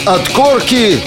От корки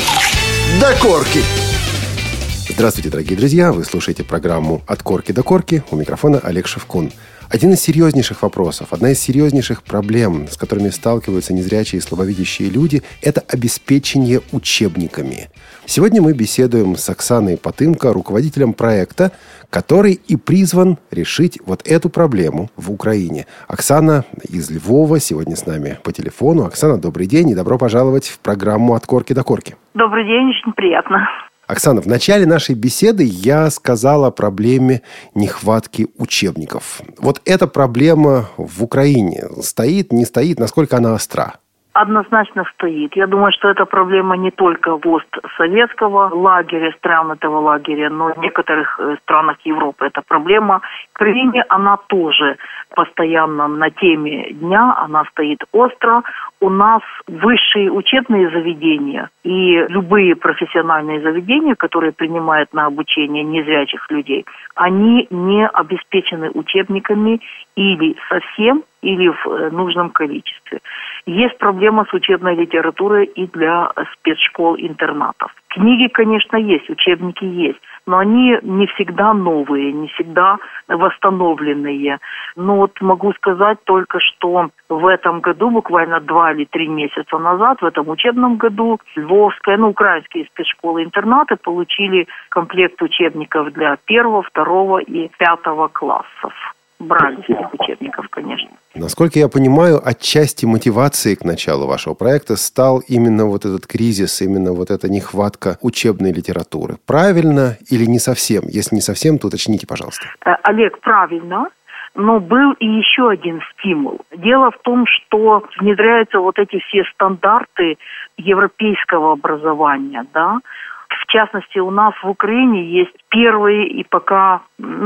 до корки. Здравствуйте, дорогие друзья! Вы слушаете программу «От корки до корки». У микрофона Олег Шевкун. Один из серьезнейших вопросов, одна из серьезнейших проблем, с которыми сталкиваются незрячие и слабовидящие люди, это обеспечение учебниками. Сегодня мы беседуем с Оксаной Потымко, руководителем проекта, который и призван решить вот эту проблему в Украине. Оксана из Львова сегодня с нами по телефону. Оксана, добрый день и добро пожаловать в программу «От корки до корки». Добрый день, очень приятно. Оксана, в начале нашей беседы я сказал о проблеме нехватки учебников. Вот эта проблема в Украине стоит, не стоит, насколько она остра? Однозначно стоит. Я думаю, что эта проблема не только постсоветского лагеря, стран этого лагеря, но и в некоторых странах Европы. Эта проблема в Украине, она тоже постоянно на теме дня, она стоит остро. У нас высшие учебные заведения и любые профессиональные заведения, которые принимают на обучение незрячих людей, они не обеспечены учебниками или совсем, или в нужном количестве. Есть проблема с учебной литературой и для спецшкол-интернатов. Книги, конечно, есть, учебники есть, но они не всегда новые, не всегда восстановленные. Но вот могу сказать только, что в этом году, буквально 2 или 3 месяца назад, в этом учебном году, львовская, украинские спецшколы-интернаты получили комплект учебников для 1, 2 и 5 классов. Брали этих учебников, конечно. Насколько я понимаю, отчасти мотивацией к началу вашего проекта стал именно вот этот кризис, именно вот эта нехватка учебной литературы. Правильно или не совсем? Если не совсем, то уточните, пожалуйста. Олег, правильно. Но был и еще один стимул. Дело в том, что внедряются вот эти все стандарты европейского образования, да. В частности, у нас в Украине есть первый и пока,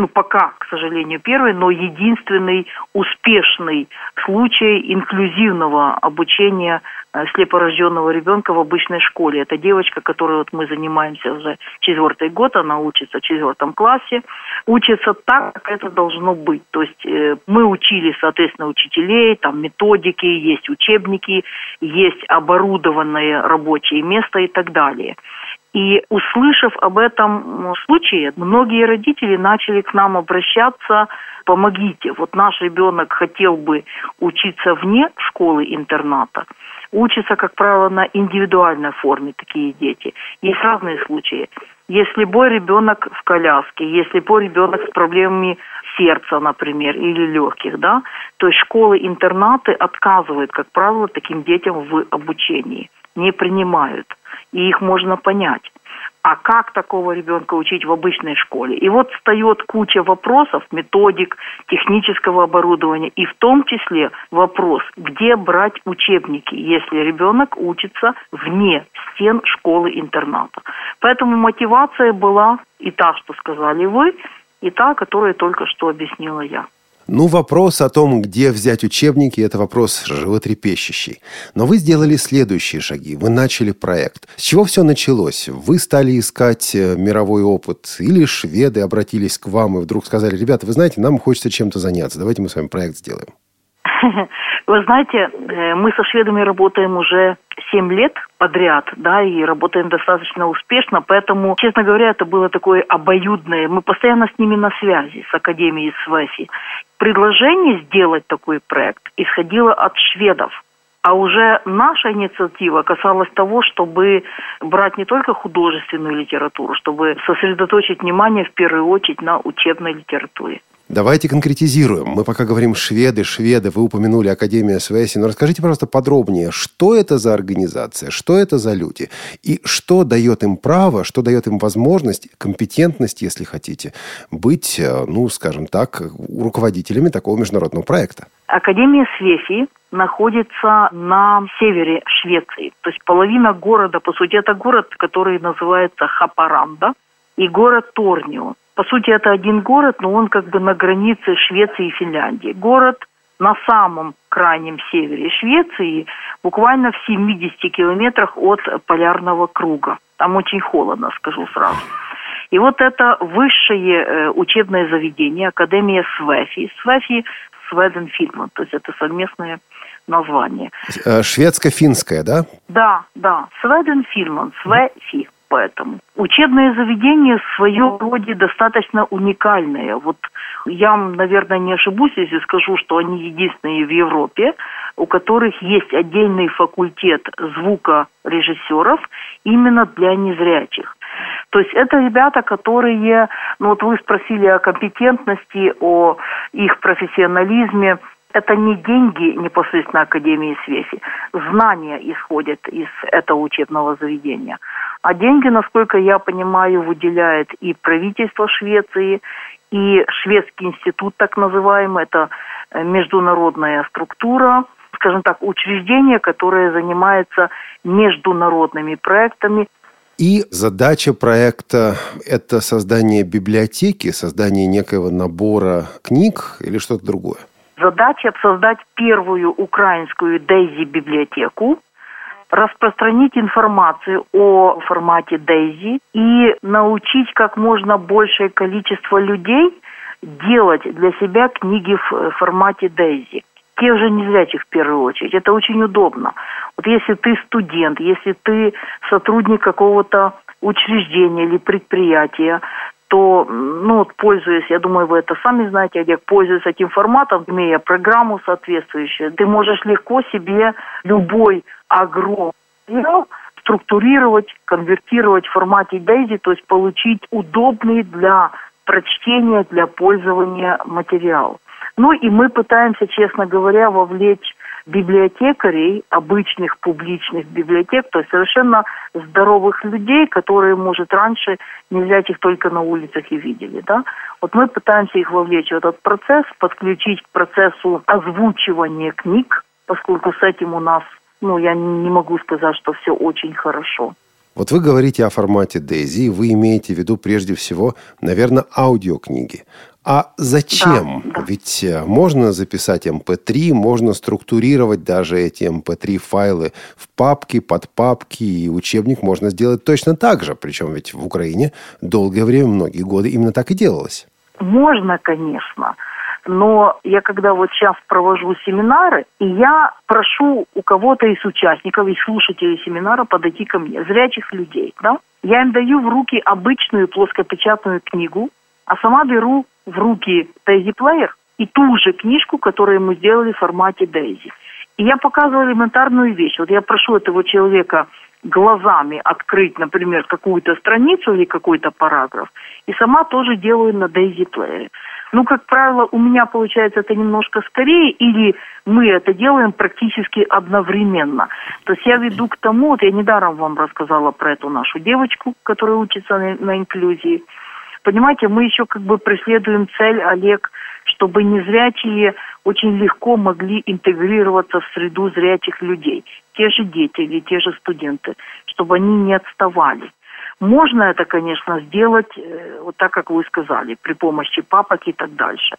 к сожалению, первый, но единственный успешный случай инклюзивного обучения слепорожденного ребенка в обычной школе. Это девочка, которой вот мы занимаемся уже 4-й год, она учится в 4 классе, учится так, как это должно быть. То есть мы учили, соответственно, учителей, там методики, есть учебники, есть оборудованное рабочее место и так далее. И услышав об этом случае, многие родители начали к нам обращаться: помогите, вот наш ребенок хотел бы учиться вне школы-интерната. Учатся, как правило, на индивидуальной форме такие дети. Есть разные случаи. Есть любой ребенок в коляске, есть любой ребенок с проблемами сердца, например, или легких, да. То есть школы-интернаты отказывают, как правило, таким детям в обучении, не принимают. И их можно понять. А как такого ребенка учить в обычной школе? И вот встает куча вопросов, методик, технического оборудования, и в том числе вопрос, где брать учебники, если ребенок учится вне стен школы-интерната. Поэтому мотивация была и та, что сказали вы, и та, которую только что объяснила я. Вопрос о том, где взять учебники, это вопрос животрепещущий. Но вы сделали следующие шаги. Вы начали проект. С чего все началось? Вы стали искать мировой опыт? Или шведы обратились к вам и вдруг сказали: ребята, вы знаете, нам хочется чем-то заняться. Давайте мы с вами проект сделаем. Вы знаете, мы со шведами работаем уже 7 лет подряд, да, и работаем достаточно успешно, поэтому, честно говоря, это было такое обоюдное. Мы постоянно с ними на связи, с Академией СВЭСИ. Предложение сделать такой проект исходило от шведов. А уже наша инициатива касалась того, чтобы брать не только художественную литературу, чтобы сосредоточить внимание в первую очередь на учебной литературе. Давайте конкретизируем. Мы пока говорим шведы, вы упомянули Академию СВЭСИ, но расскажите, пожалуйста, подробнее, что это за организация, что это за люди, и что дает им право, что дает им возможность, компетентность, если хотите, быть, скажем так, руководителями такого международного проекта. Академия СВЭСИ находится на севере Швеции. То есть половина города, по сути, это город, который называется Хапаранда, и город Торнио. По сути, это один город, но он как бы на границе Швеции и Финляндии. Город на самом крайнем севере Швеции, буквально в 70 километрах от полярного круга. Там очень холодно, скажу сразу. И вот это высшее учебное заведение, Академия СВЭФИ. СВЭФИ – Sweden Finland, то есть это совместное название. Шведско-финское, да? Да. Сведенфильман, СВЭФИ. Поэтому учебное заведение в своем роде достаточно уникальное. Вот я, наверное, не ошибусь, если скажу, что они единственные в Европе, у которых есть отдельный факультет звукорежиссеров именно для незрячих. То есть это ребята, которые, вот вы спросили о компетентности, о их профессионализме. Это не деньги непосредственно Академии связи. Знания исходят из этого учебного заведения. А деньги, насколько я понимаю, выделяет и правительство Швеции, и Шведский институт, так называемый. Это международная структура, скажем так, учреждение, которое занимается международными проектами. И задача проекта – это создание библиотеки, создание некоего набора книг или что-то другое? Задача – создать первую украинскую DAISY-библиотеку, распространить информацию о формате DAISY и научить как можно большее количество людей делать для себя книги в формате DAISY. Тех же незрячих в первую очередь. Это очень удобно. Вот если ты студент, если ты сотрудник какого-то учреждения или предприятия, то, пользуясь, я думаю, вы это сами знаете, Олег, пользуясь этим форматом, имея программу соответствующую, ты можешь легко себе любой огромный материал структурировать, конвертировать в формате DAISY, то есть получить удобный для прочтения, для пользования материал. И мы пытаемся, честно говоря, вовлечь библиотекарей, обычных публичных библиотек, то есть совершенно здоровых людей, которые, может, раньше незрячих только на улицах и видели, да. Вот мы пытаемся их вовлечь в этот процесс, подключить к процессу озвучивания книг, поскольку с этим у нас, я не могу сказать, что все очень хорошо. Вот вы говорите о формате DAISY, и вы имеете в виду прежде всего, наверное, аудиокниги. А зачем? Да. Ведь можно записать MP3, можно структурировать даже эти MP3-файлы в папки, подпапки, и учебник можно сделать точно так же. Причем ведь в Украине долгое время, многие годы именно так и делалось. Можно, конечно. Но я когда вот сейчас провожу семинары, и я прошу у кого-то из участников, из слушателей семинара подойти ко мне, зрячих людей, да? Я им даю в руки обычную плоскопечатную книгу, а сама беру в руки DAISY-плеер и ту же книжку, которую мы сделали в формате DAISY. И я показываю элементарную вещь. Вот я прошу этого человека глазами открыть, например, какую-то страницу или какой-то параграф, и сама тоже делаю на DAISY-плеере. Как правило, у меня получается это немножко скорее, или мы это делаем практически одновременно. То есть я веду к тому, вот я недаром вам рассказала про эту нашу девочку, которая учится на инклюзии. Понимаете, мы еще преследуем цель, Олег, чтобы незрячие очень легко могли интегрироваться в среду зрячих людей. Те же дети или те же студенты, чтобы они не отставали. Можно это, конечно, сделать, вот так, как вы сказали, при помощи папок и так дальше.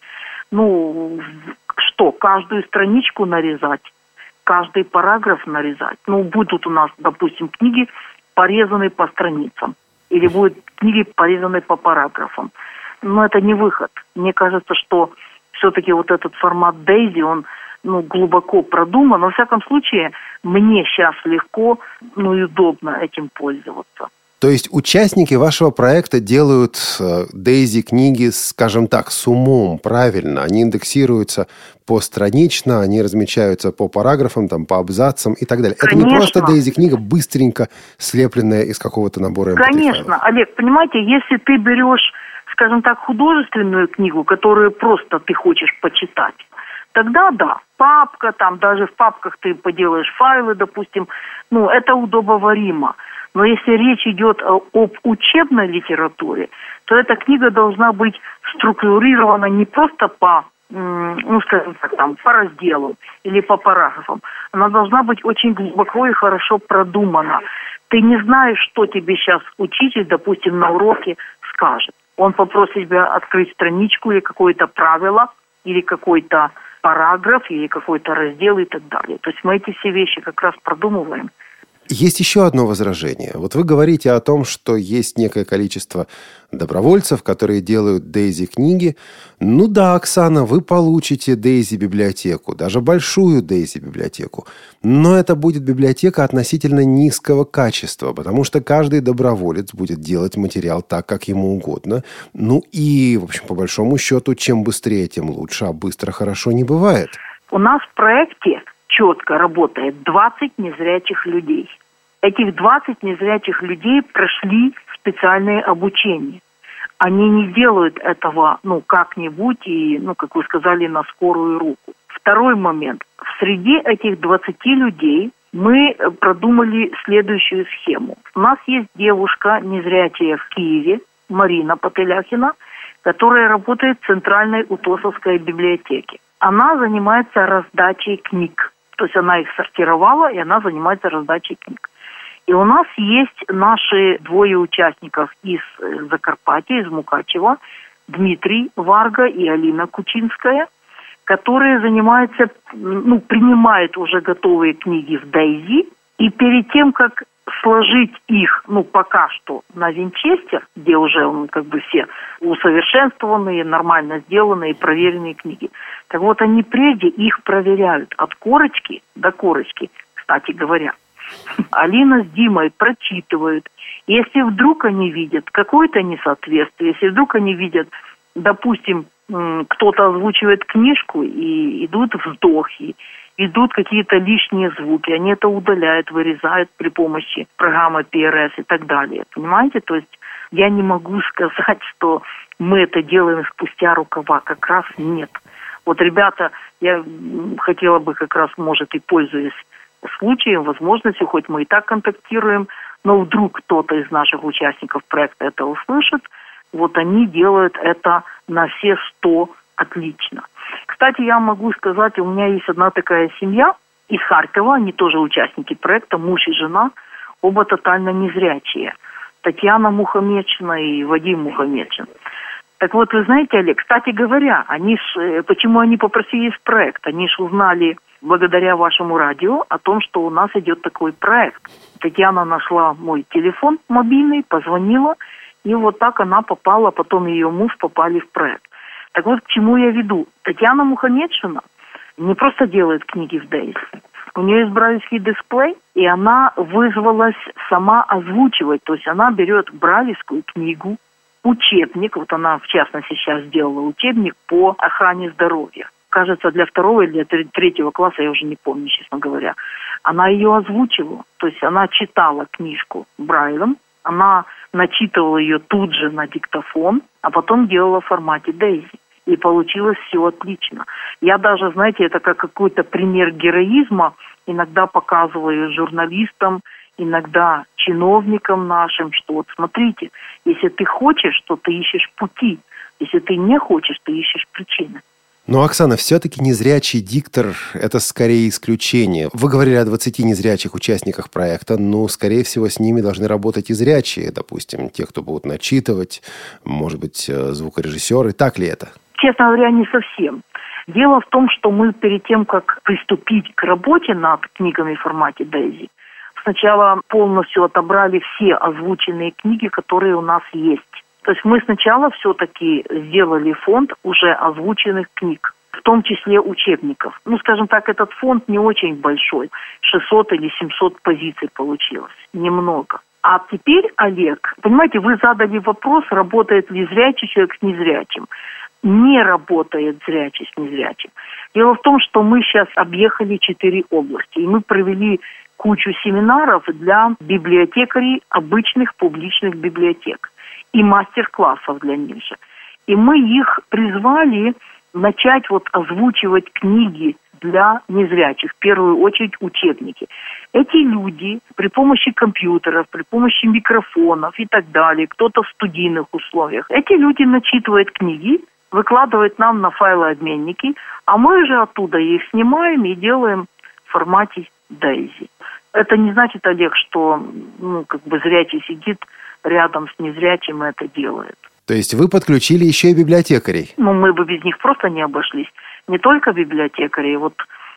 Каждую страничку нарезать, каждый параграф нарезать. Будут у нас, допустим, книги порезаны по страницам, или будут книги порезаны по параграфам. Но это не выход. Мне кажется, что все-таки вот этот формат DAISY, он глубоко продуман. Но, во всяком случае, мне сейчас легко, и удобно этим пользоваться. То есть участники вашего проекта делают DAISY-книги, скажем так, с умом, правильно. Они индексируются постранично, они размечаются по параграфам, по абзацам и так далее. Конечно. Это не просто DAISY-книга, быстренько слепленная из какого-то набора MP3 файлов. Конечно, Олег, понимаете, если ты берешь, скажем так, художественную книгу, которую просто ты хочешь почитать, тогда да, папка, даже в папках ты поделаешь файлы, допустим, это удобоваримо. Но если речь идет об учебной литературе, то эта книга должна быть структурирована не просто по, скажем так, по разделу или по параграфам. Она должна быть очень глубоко и хорошо продумана. Ты не знаешь, что тебе сейчас учитель, допустим, на уроке скажет. Он попросит тебя открыть страничку или какое-то правило, или какой-то параграф, или какой-то раздел и так далее. То есть мы эти все вещи как раз продумываем. Есть еще одно возражение. Вот вы говорите о том, что есть некое количество добровольцев, которые делают Дейзи-книги. Ну да, Оксана, вы получите Дейзи-библиотеку, даже большую Дейзи-библиотеку. Но это будет библиотека относительно низкого качества, потому что каждый доброволец будет делать материал так, как ему угодно. Ну и, в общем, по большому счету, чем быстрее, тем лучше, а быстро хорошо не бывает. У нас в проекте четко работает 20 незрячих людей. Этих 20 незрячих людей прошли специальное обучение. Они не делают этого, как-нибудь и, как вы сказали, на скорую руку. Второй момент. Среди этих 20 людей мы продумали следующую схему. У нас есть девушка незрячая в Киеве, Марина Потыляхина, которая работает в Центральной Утосовской библиотеке. Она занимается раздачей книг. То есть она их сортировала, и она занимается раздачей книг. И у нас есть наши двое участников из Закарпатья, из Мукачева, Дмитрий Варга и Алина Кучинская, которые занимаются, принимают уже готовые книги в Дейзи, и перед тем, как сложить их, пока что на винчестер, где уже все усовершенствованные, нормально сделанные, проверенные книги. Так вот, они прежде их проверяют от корочки до корочки, кстати говоря. Алина с Димой прочитывают. Если вдруг они видят какое-то несоответствие, если вдруг они видят, допустим, кто-то озвучивает книжку, и идут вздохи, идут какие-то лишние звуки, они это удаляют, вырезают при помощи программы PRS и так далее. Понимаете? То есть я не могу сказать, что мы это делаем спустя рукава. Как раз нет. Вот, ребята, я хотела бы как раз, может, и пользуясь случаем, возможностью, хоть мы и так контактируем, но вдруг кто-то из наших участников проекта это услышит, вот они делают это на все 100 отлично. Кстати, я могу сказать, у меня есть одна такая семья из Харькова, они тоже участники проекта, муж и жена, оба тотально незрячие. Татьяна Мухамедшина и Вадим Мухамедшин. Так вот, вы знаете, Олег, кстати говоря, почему они попросились в проект? Они ж узнали благодаря вашему радио о том, что у нас идет такой проект. Татьяна нашла мой телефон мобильный, позвонила, и вот так она попала, потом ее муж попали в проект. Так вот, к чему я веду? Татьяна Мухамедшина не просто делает книги в Дейзи. У нее есть брайлевский дисплей, и она вызвалась сама озвучивать. То есть она берет брайлевскую книгу, учебник, вот она в частности сейчас сделала учебник по охране здоровья. Кажется, для 2 или для 3 класса, я уже не помню, честно говоря. Она ее озвучивала, то есть она читала книжку Брайлем, она начитывала ее тут же на диктофон, а потом делала в формате Дейзи. И получилось все отлично. Я даже, знаете, это как какой-то пример героизма иногда показываю журналистам, иногда чиновникам нашим, что вот смотрите, если ты хочешь, то ты ищешь пути. Если ты не хочешь, ты ищешь причины. Но, Оксана, все-таки незрячий диктор – это скорее исключение. Вы говорили о 20 незрячих участниках проекта, но, скорее всего, с ними должны работать и зрячие, допустим, те, кто будут начитывать, может быть, звукорежиссеры. Так ли это? Честно говоря, не совсем. Дело в том, что мы перед тем, как приступить к работе над книгами в формате Дейзи, сначала полностью отобрали все озвученные книги, которые у нас есть. То есть мы сначала все-таки сделали фонд уже озвученных книг, в том числе учебников. Скажем так, этот фонд не очень большой. 600 или 700 позиций получилось. Немного. А теперь, Олег, понимаете, вы задали вопрос, работает ли зрячий человек с незрячим. Не работает зрячий с незрячим. Дело в том, что мы сейчас объехали 4 области, и мы провели кучу семинаров для библиотекарей обычных публичных библиотек и мастер-классов для них же. И мы их призвали начать озвучивать книги для незрячих, в первую очередь учебники. Эти люди при помощи компьютеров, при помощи микрофонов и так далее, кто-то в студийных условиях, эти люди начитывают книги, выкладывают нам на файлообменники, а мы уже оттуда их снимаем и делаем в формате Дейзи. Это не значит, Олег, что зрячий сидит рядом с незрячим и это делает. То есть вы подключили еще и библиотекарей? Мы бы без них просто не обошлись. Не только библиотекарей. Вот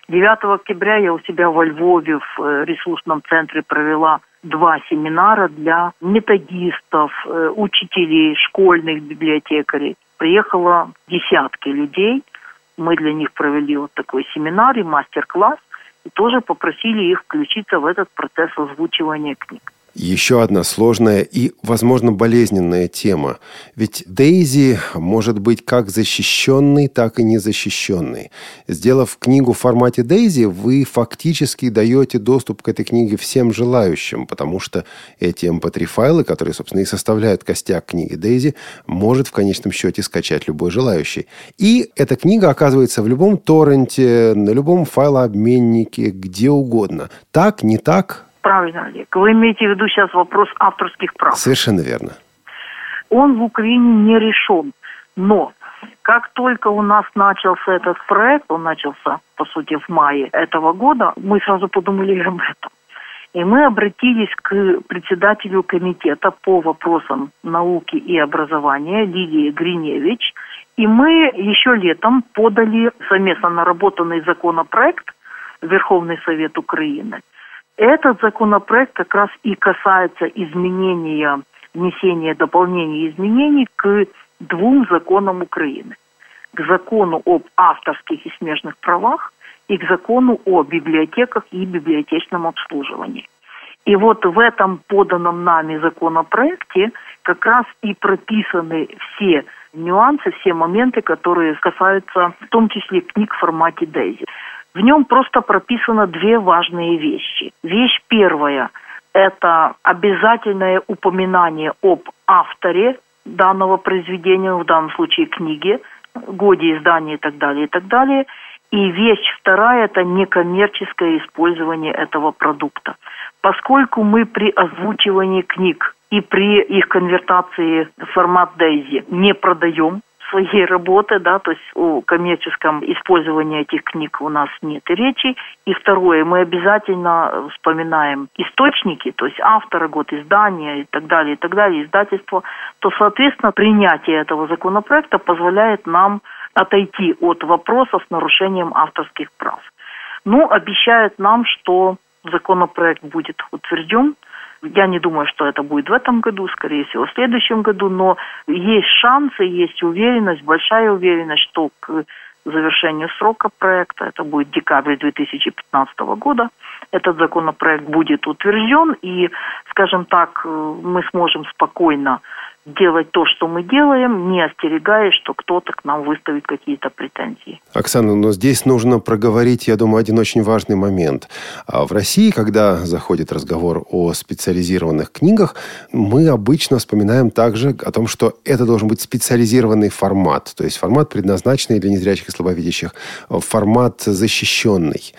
9 октября я у себя во Львове в ресурсном центре провела 2 семинара для методистов, учителей, школьных библиотекарей. Приехало десятки людей. Мы для них провели вот такой семинар и мастер-класс. И тоже попросили их включиться в этот процесс озвучивания книг. Еще одна сложная и, возможно, болезненная тема. Ведь Дейзи может быть как защищенной, так и незащищенной. Сделав книгу в формате Дейзи, вы фактически даете доступ к этой книге всем желающим, потому что эти MP3-файлы, которые, собственно, и составляют костяк книги Дейзи, может в конечном счете скачать любой желающий. И эта книга оказывается в любом торренте, на любом файлообменнике, где угодно. Так, не так? Правильно, Олег. Вы имеете в виду сейчас вопрос авторских прав? Совершенно верно. Он в Украине не решен. Но как только у нас начался этот проект, он начался, по сути, в мае этого года, мы сразу подумали об этом. И мы обратились к председателю комитета по вопросам науки и образования Лилии Гриневич. И мы еще летом подали совместно наработанный законопроект в Верховный Совет Украины. Этот законопроект как раз и касается изменения, внесения дополнений и изменений к 2 законам Украины. К закону об авторских и смежных правах и к закону о библиотеках и библиотечном обслуживании. И вот в этом поданном нами законопроекте как раз и прописаны все нюансы, все моменты, которые касаются в том числе книг в формате Дейзи. В нем просто прописано 2 важные вещи. Вещь первая – это обязательное упоминание об авторе данного произведения, в данном случае книги, годе издания и так далее, и так далее. И вещь вторая – это некоммерческое использование этого продукта. Поскольку мы при озвучивании книг и при их конвертации в формат Дейзи не продаем своей работы, да, то есть о коммерческом использовании этих книг у нас нет и речи. И второе, мы обязательно вспоминаем источники, то есть автора, год издания и так далее, издательство, то, соответственно, принятие этого законопроекта позволяет нам отойти от вопроса с нарушением авторских прав. Но обещает нам, что законопроект будет утвержден. Я не думаю, что это будет в этом году, скорее всего, в следующем году, но есть шансы, есть уверенность, большая уверенность, что к завершению срока проекта, это будет декабрь 2015 года, этот законопроект будет утвержден, и, скажем так, мы сможем спокойно делать то, что мы делаем, не остерегаясь, что кто-то к нам выставит какие-то претензии. Оксана, но здесь нужно проговорить, я думаю, один очень важный момент. В России, когда заходит разговор о специализированных книгах, мы обычно вспоминаем также о том, что это должен быть специализированный формат, то есть формат, предназначенный для незрячих и слабовидящих, формат защищенный.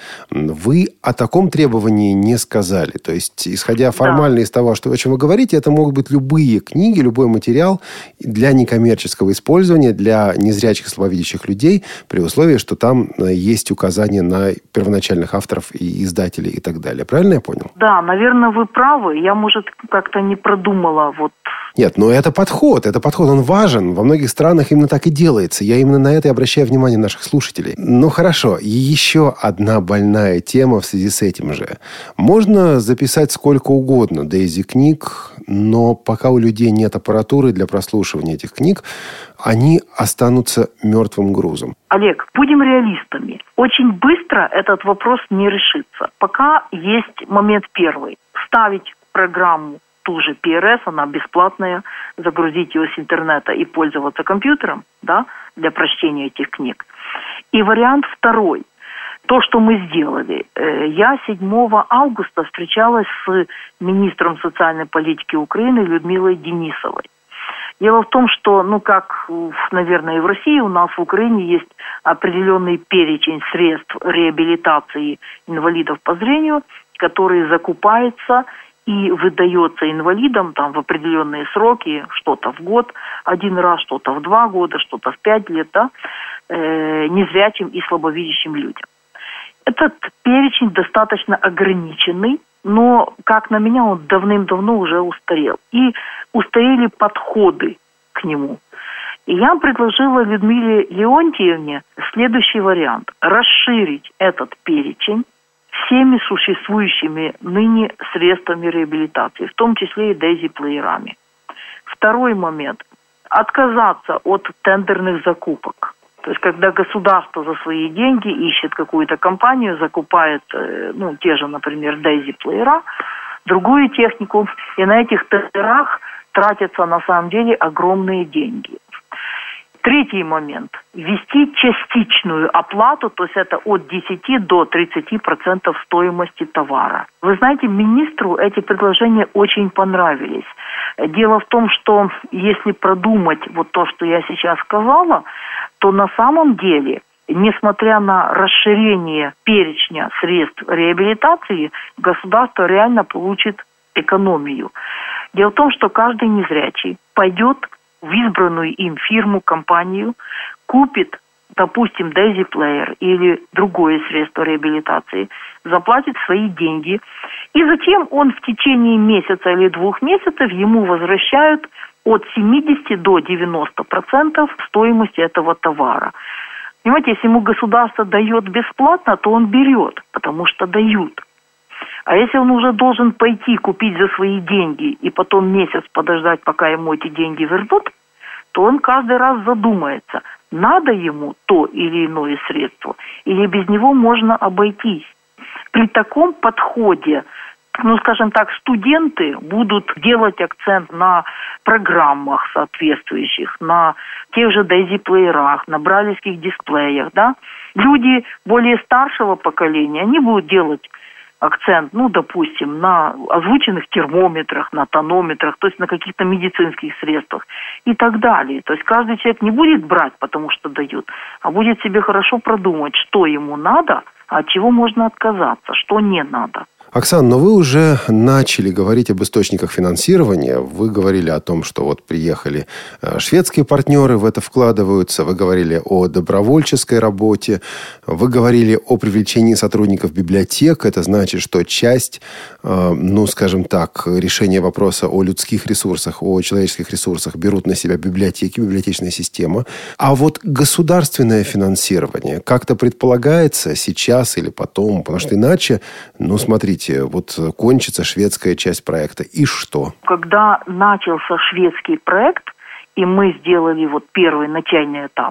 Вы о таком требовании не сказали. То есть, исходя формально из того, о чем вы говорите, это могут быть любые книги, любой материал для некоммерческого использования, для незрячих и слабовидящих людей, при условии, что там есть указания на первоначальных авторов и издателей и так далее. Правильно я понял? Да, наверное, вы правы. Я, может, как-то не продумала вот. Нет, но это подход, он важен. Во многих странах именно так и делается. Я именно на это и обращаю внимание наших слушателей. Ну, хорошо. И еще одна больная тема в связи с этим же. Можно записать сколько угодно Дейзи книг, но пока у людей нет аппаратуры для прослушивания этих книг, они останутся мертвым грузом. Олег, будем реалистами. Очень быстро этот вопрос не решится. Пока есть момент первый. Вставить программу ту же PRS, она бесплатная, загрузить ее с интернета и пользоваться компьютером, да, для прочтения этих книг. И вариант второй. То, что мы сделали. Я 7 августа встречалась с министром социальной политики Украины Людмилой Денисовой. Дело в том, что, как, наверное, и в России, у нас в Украине есть определенный перечень средств реабилитации инвалидов по зрению, который закупается и выдается инвалидам там в определенные сроки, что-то в год, 1 раз, что-то в 2 года, что-то в 5 лет, да, незрячим и слабовидящим людям. Этот перечень достаточно ограниченный, но, как на меня, он давным-давно уже устарел. И устарели подходы к нему. И я предложила Людмиле Леонтьевне следующий вариант. Расширить этот перечень всеми существующими ныне средствами реабилитации, в том числе и дейзи-плеерами. Второй момент. Отказаться от тендерных закупок. То есть, когда государство за свои деньги ищет какую-то компанию, закупает, те же, например, дейзи-плеера, другую технику, и на этих тендерах тратятся на самом деле огромные деньги. Третий момент. Ввести частичную оплату, то есть это от 10 до 30% стоимости товара. Вы знаете, министру эти предложения очень понравились. Дело в том, что если продумать вот то, что я сейчас сказала, то на самом деле, несмотря на расширение перечня средств реабилитации, государство реально получит экономию. Дело в том, что каждый незрячий пойдет в избранную им фирму, компанию, купит, допустим, дейзи-плеер или другое средство реабилитации, заплатит свои деньги, и затем он в течение месяца или 2 месяцев ему возвращают от 70 до 90% стоимости этого товара. Понимаете, если ему государство дает бесплатно, то он берет, потому что дают. А если он уже должен пойти купить за свои деньги и потом месяц подождать, пока ему эти деньги вернут, то он каждый раз задумается, надо ему то или иное средство, или без него можно обойтись. При таком подходе, скажем так, студенты будут делать акцент на программах соответствующих, на тех же дейзи-плеерах, на брайлевских дисплеях, да. Люди более старшего поколения, они будут делать акцент, допустим, на озвученных термометрах, на тонометрах, то есть на каких-то медицинских средствах и так далее. То есть каждый человек не будет брать, потому что дают, а будет себе хорошо продумать, что ему надо, а от чего можно отказаться, что не надо. Оксана, но вы уже начали говорить об источниках финансирования. Вы говорили о том, что вот приехали шведские партнеры, в это вкладываются. Вы говорили о добровольческой работе. Вы говорили о привлечении сотрудников библиотек. Это значит, что часть, скажем так, решения вопроса о людских ресурсах, о человеческих ресурсах берут на себя библиотеки, библиотечная система. А вот государственное финансирование как-то предполагается сейчас или потом? Потому что иначе, смотрите, вот кончится шведская часть проекта. И что? Когда начался шведский проект, и мы сделали первый начальный этап,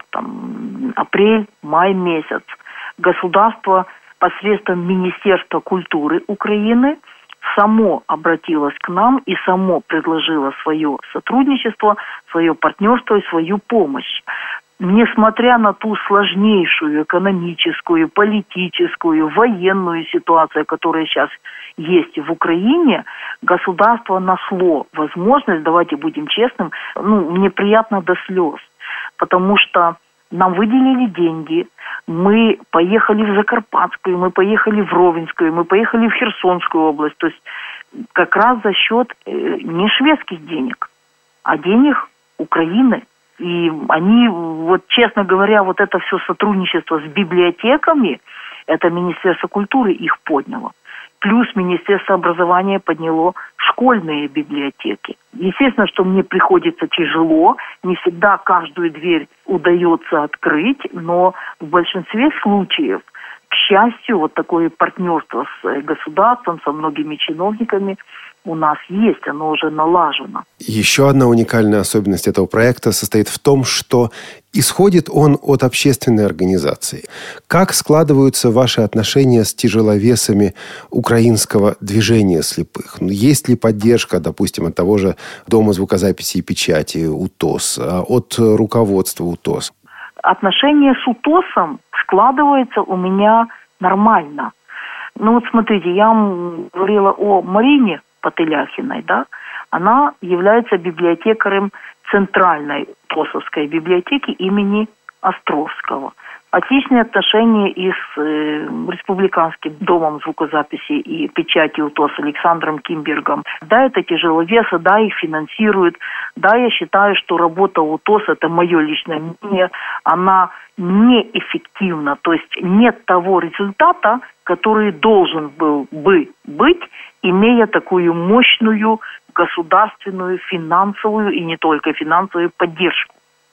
апрель-май месяц, государство посредством Министерства культуры Украины само обратилось к нам и само предложило свое сотрудничество, свое партнерство и свою помощь. Несмотря на ту сложнейшую экономическую, политическую, военную ситуацию, которая сейчас есть в Украине, государство нашло возможность, давайте будем честным, мне приятно до слез, потому что нам выделили деньги, мы поехали в Закарпатскую, мы поехали в Ровенскую, мы поехали в Херсонскую область, то есть как раз за счет не шведских денег, а денег Украины. И они, честно говоря, это все сотрудничество с библиотеками, это Министерство культуры их подняло. Плюс Министерство образования подняло школьные библиотеки. Естественно, что мне приходится тяжело, не всегда каждую дверь удается открыть, но в большинстве случаев, к счастью, такое партнерство с государством, со многими чиновниками у нас есть, оно уже налажено. Еще одна уникальная особенность этого проекта состоит в том, что исходит он от общественной организации. Как складываются ваши отношения с тяжеловесами украинского движения слепых? Есть ли поддержка, допустим, от того же Дома звукозаписи и печати УТОС, от руководства УТОС? Отношения с УТОСом складываются у меня нормально. Смотрите, я вам говорила о Марине Потыляхиной, да? Она является библиотекарем Центральной ТОСовской библиотеки имени Островского. Отличные отношения и с Республиканским домом звукозаписи и печати УТОС Александром Кимбергом. Да, это тяжеловесы, да, их финансируют. Да, я считаю, что работа УТОС, это мое личное мнение, она неэффективна. То есть нет того результата, который должен был бы быть, имея такую мощную государственную, финансовую и не только финансовую поддержку.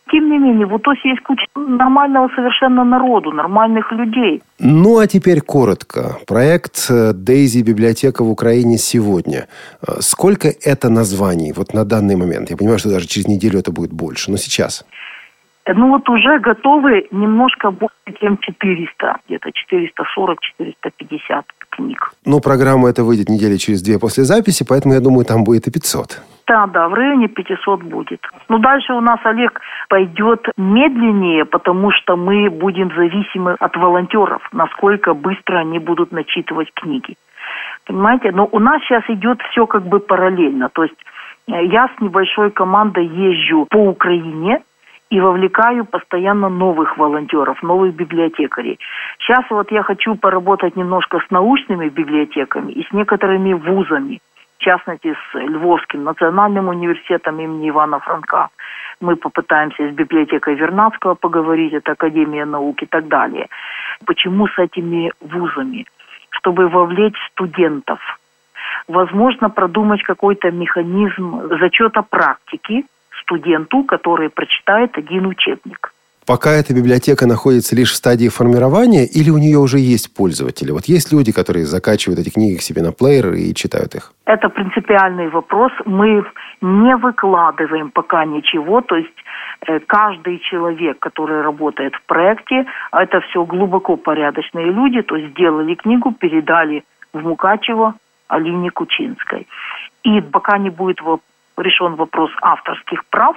Тем не менее, в УТОСе есть куча нормального совершенно народу, нормальных людей. Ну, а теперь коротко. Проект «Дейзи. Библиотека в Украине сегодня». Сколько это названий вот на данный момент? Я понимаю, что даже через неделю это будет больше, но сейчас. Ну вот уже готовы немножко больше, чем 400, где-то 440-450 книг. Ну, программа эта выйдет недели через 2 после записи, поэтому, я думаю, там будет и 500. Да, в районе 500 будет. Но дальше у нас, Олег, пойдет медленнее, потому что мы будем зависимы от волонтеров, насколько быстро они будут начитывать книги. Понимаете? Но у нас сейчас идет все как бы параллельно. То есть я с небольшой командой езжу по Украине и вовлекаю постоянно новых волонтеров, новых библиотекарей. Сейчас вот я хочу поработать немножко с научными библиотеками и с некоторыми вузами, в частности с Львовским национальным университетом имени Ивана Франка. Мы попытаемся с библиотекой Вернадского поговорить, это Академия наук и так далее. Почему с этими вузами? Чтобы вовлечь студентов. Возможно, продумать какой-то механизм зачета практики студенту, который прочитает один учебник. Пока эта библиотека находится лишь в стадии формирования, или у нее уже есть пользователи? Вот есть люди, которые закачивают эти книги к себе на плеер и читают их? Это принципиальный вопрос. Мы не выкладываем пока ничего. То есть каждый человек, который работает в проекте, это все глубоко порядочные люди, то есть сделали книгу, передали в Мукачево Алине Кучинской. И пока не будет решен вопрос авторских прав,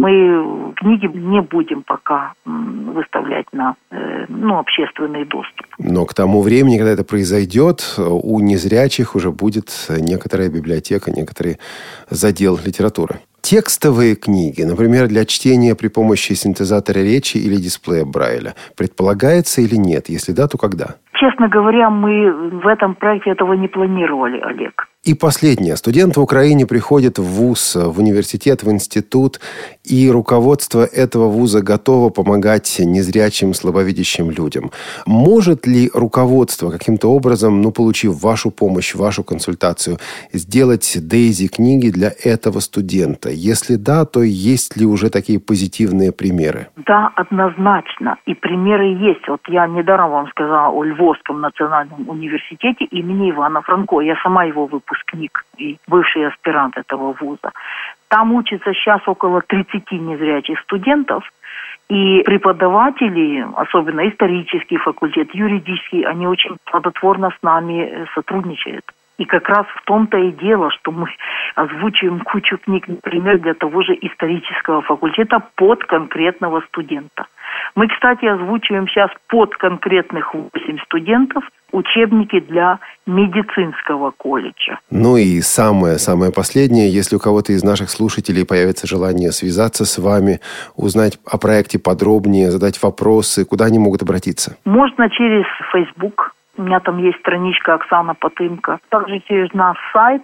мы книги не будем пока выставлять на общественный доступ. Но к тому времени, когда это произойдет, у незрячих уже будет некоторая библиотека, некоторый задел литературы. Текстовые книги, например, для чтения при помощи синтезатора речи или дисплея Брайля, предполагается или нет? Если да, то когда? Честно говоря, мы в этом проекте этого не планировали, Олег. И последнее. Студенты в Украине приходят в вуз, в университет, в институт, и руководство этого вуза готово помогать незрячим, слабовидящим людям. Может ли руководство каким-то образом, получив вашу помощь, вашу консультацию, сделать Дейзи книги для этого студента? Если да, то есть ли уже такие позитивные примеры? Да, однозначно. И примеры есть. Вот я недаром вам сказала о Львовском национальном университете имени Ивана Франко. Я сама его выпускник и бывший аспирант этого вуза. Там учится сейчас около 30 незрячих студентов. И преподаватели, особенно исторический факультет, юридический, они очень плодотворно с нами сотрудничают. И как раз в том-то и дело, что мы озвучиваем кучу книг, например, для того же исторического факультета под конкретного студента. Мы, кстати, озвучиваем сейчас под конкретных 8 студентов учебники для медицинского колледжа. Ну и самое последнее, если у кого-то из наших слушателей появится желание связаться с вами, узнать о проекте подробнее, задать вопросы, куда они могут обратиться? Можно через Facebook. У меня там есть страничка Оксана Потымко. Также через наш сайт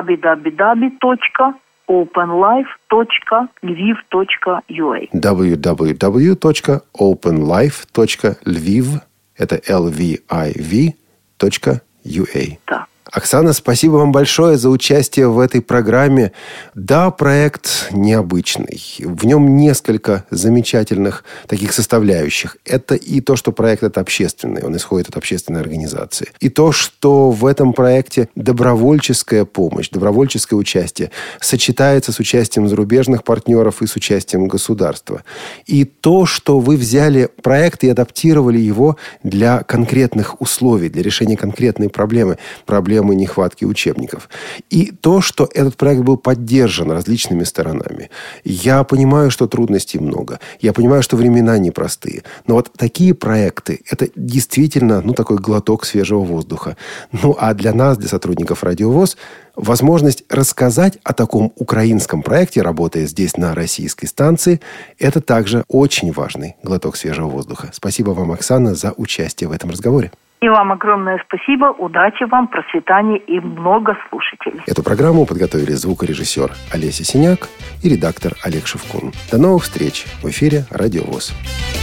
www.openlife.lviv.ua www.openlife.lviv это lviv.ua. Да. Оксана, спасибо вам большое за участие в этой программе. Да, проект необычный. В нем несколько замечательных таких составляющих. Это и то, что проект это общественный, он исходит от общественной организации. И то, что в этом проекте добровольческая помощь, добровольческое участие сочетается с участием зарубежных партнеров и с участием государства. И то, что вы взяли проект и адаптировали его для конкретных условий, для решения конкретной проблемы нехватки учебников. И то, что этот проект был поддержан различными сторонами. Я понимаю, что трудностей много. Я понимаю, что времена непростые. Но вот такие проекты, это действительно, такой глоток свежего воздуха. А для нас, для сотрудников Радио ВОС, возможность рассказать о таком украинском проекте, работая здесь на российской станции, это также очень важный глоток свежего воздуха. Спасибо вам, Оксана, за участие в этом разговоре. И вам огромное спасибо, удачи вам, процветания и много слушателей. Эту программу подготовили звукорежиссер Олеся Синяк и редактор Олег Шевкун. До новых встреч в эфире Радио ВОС.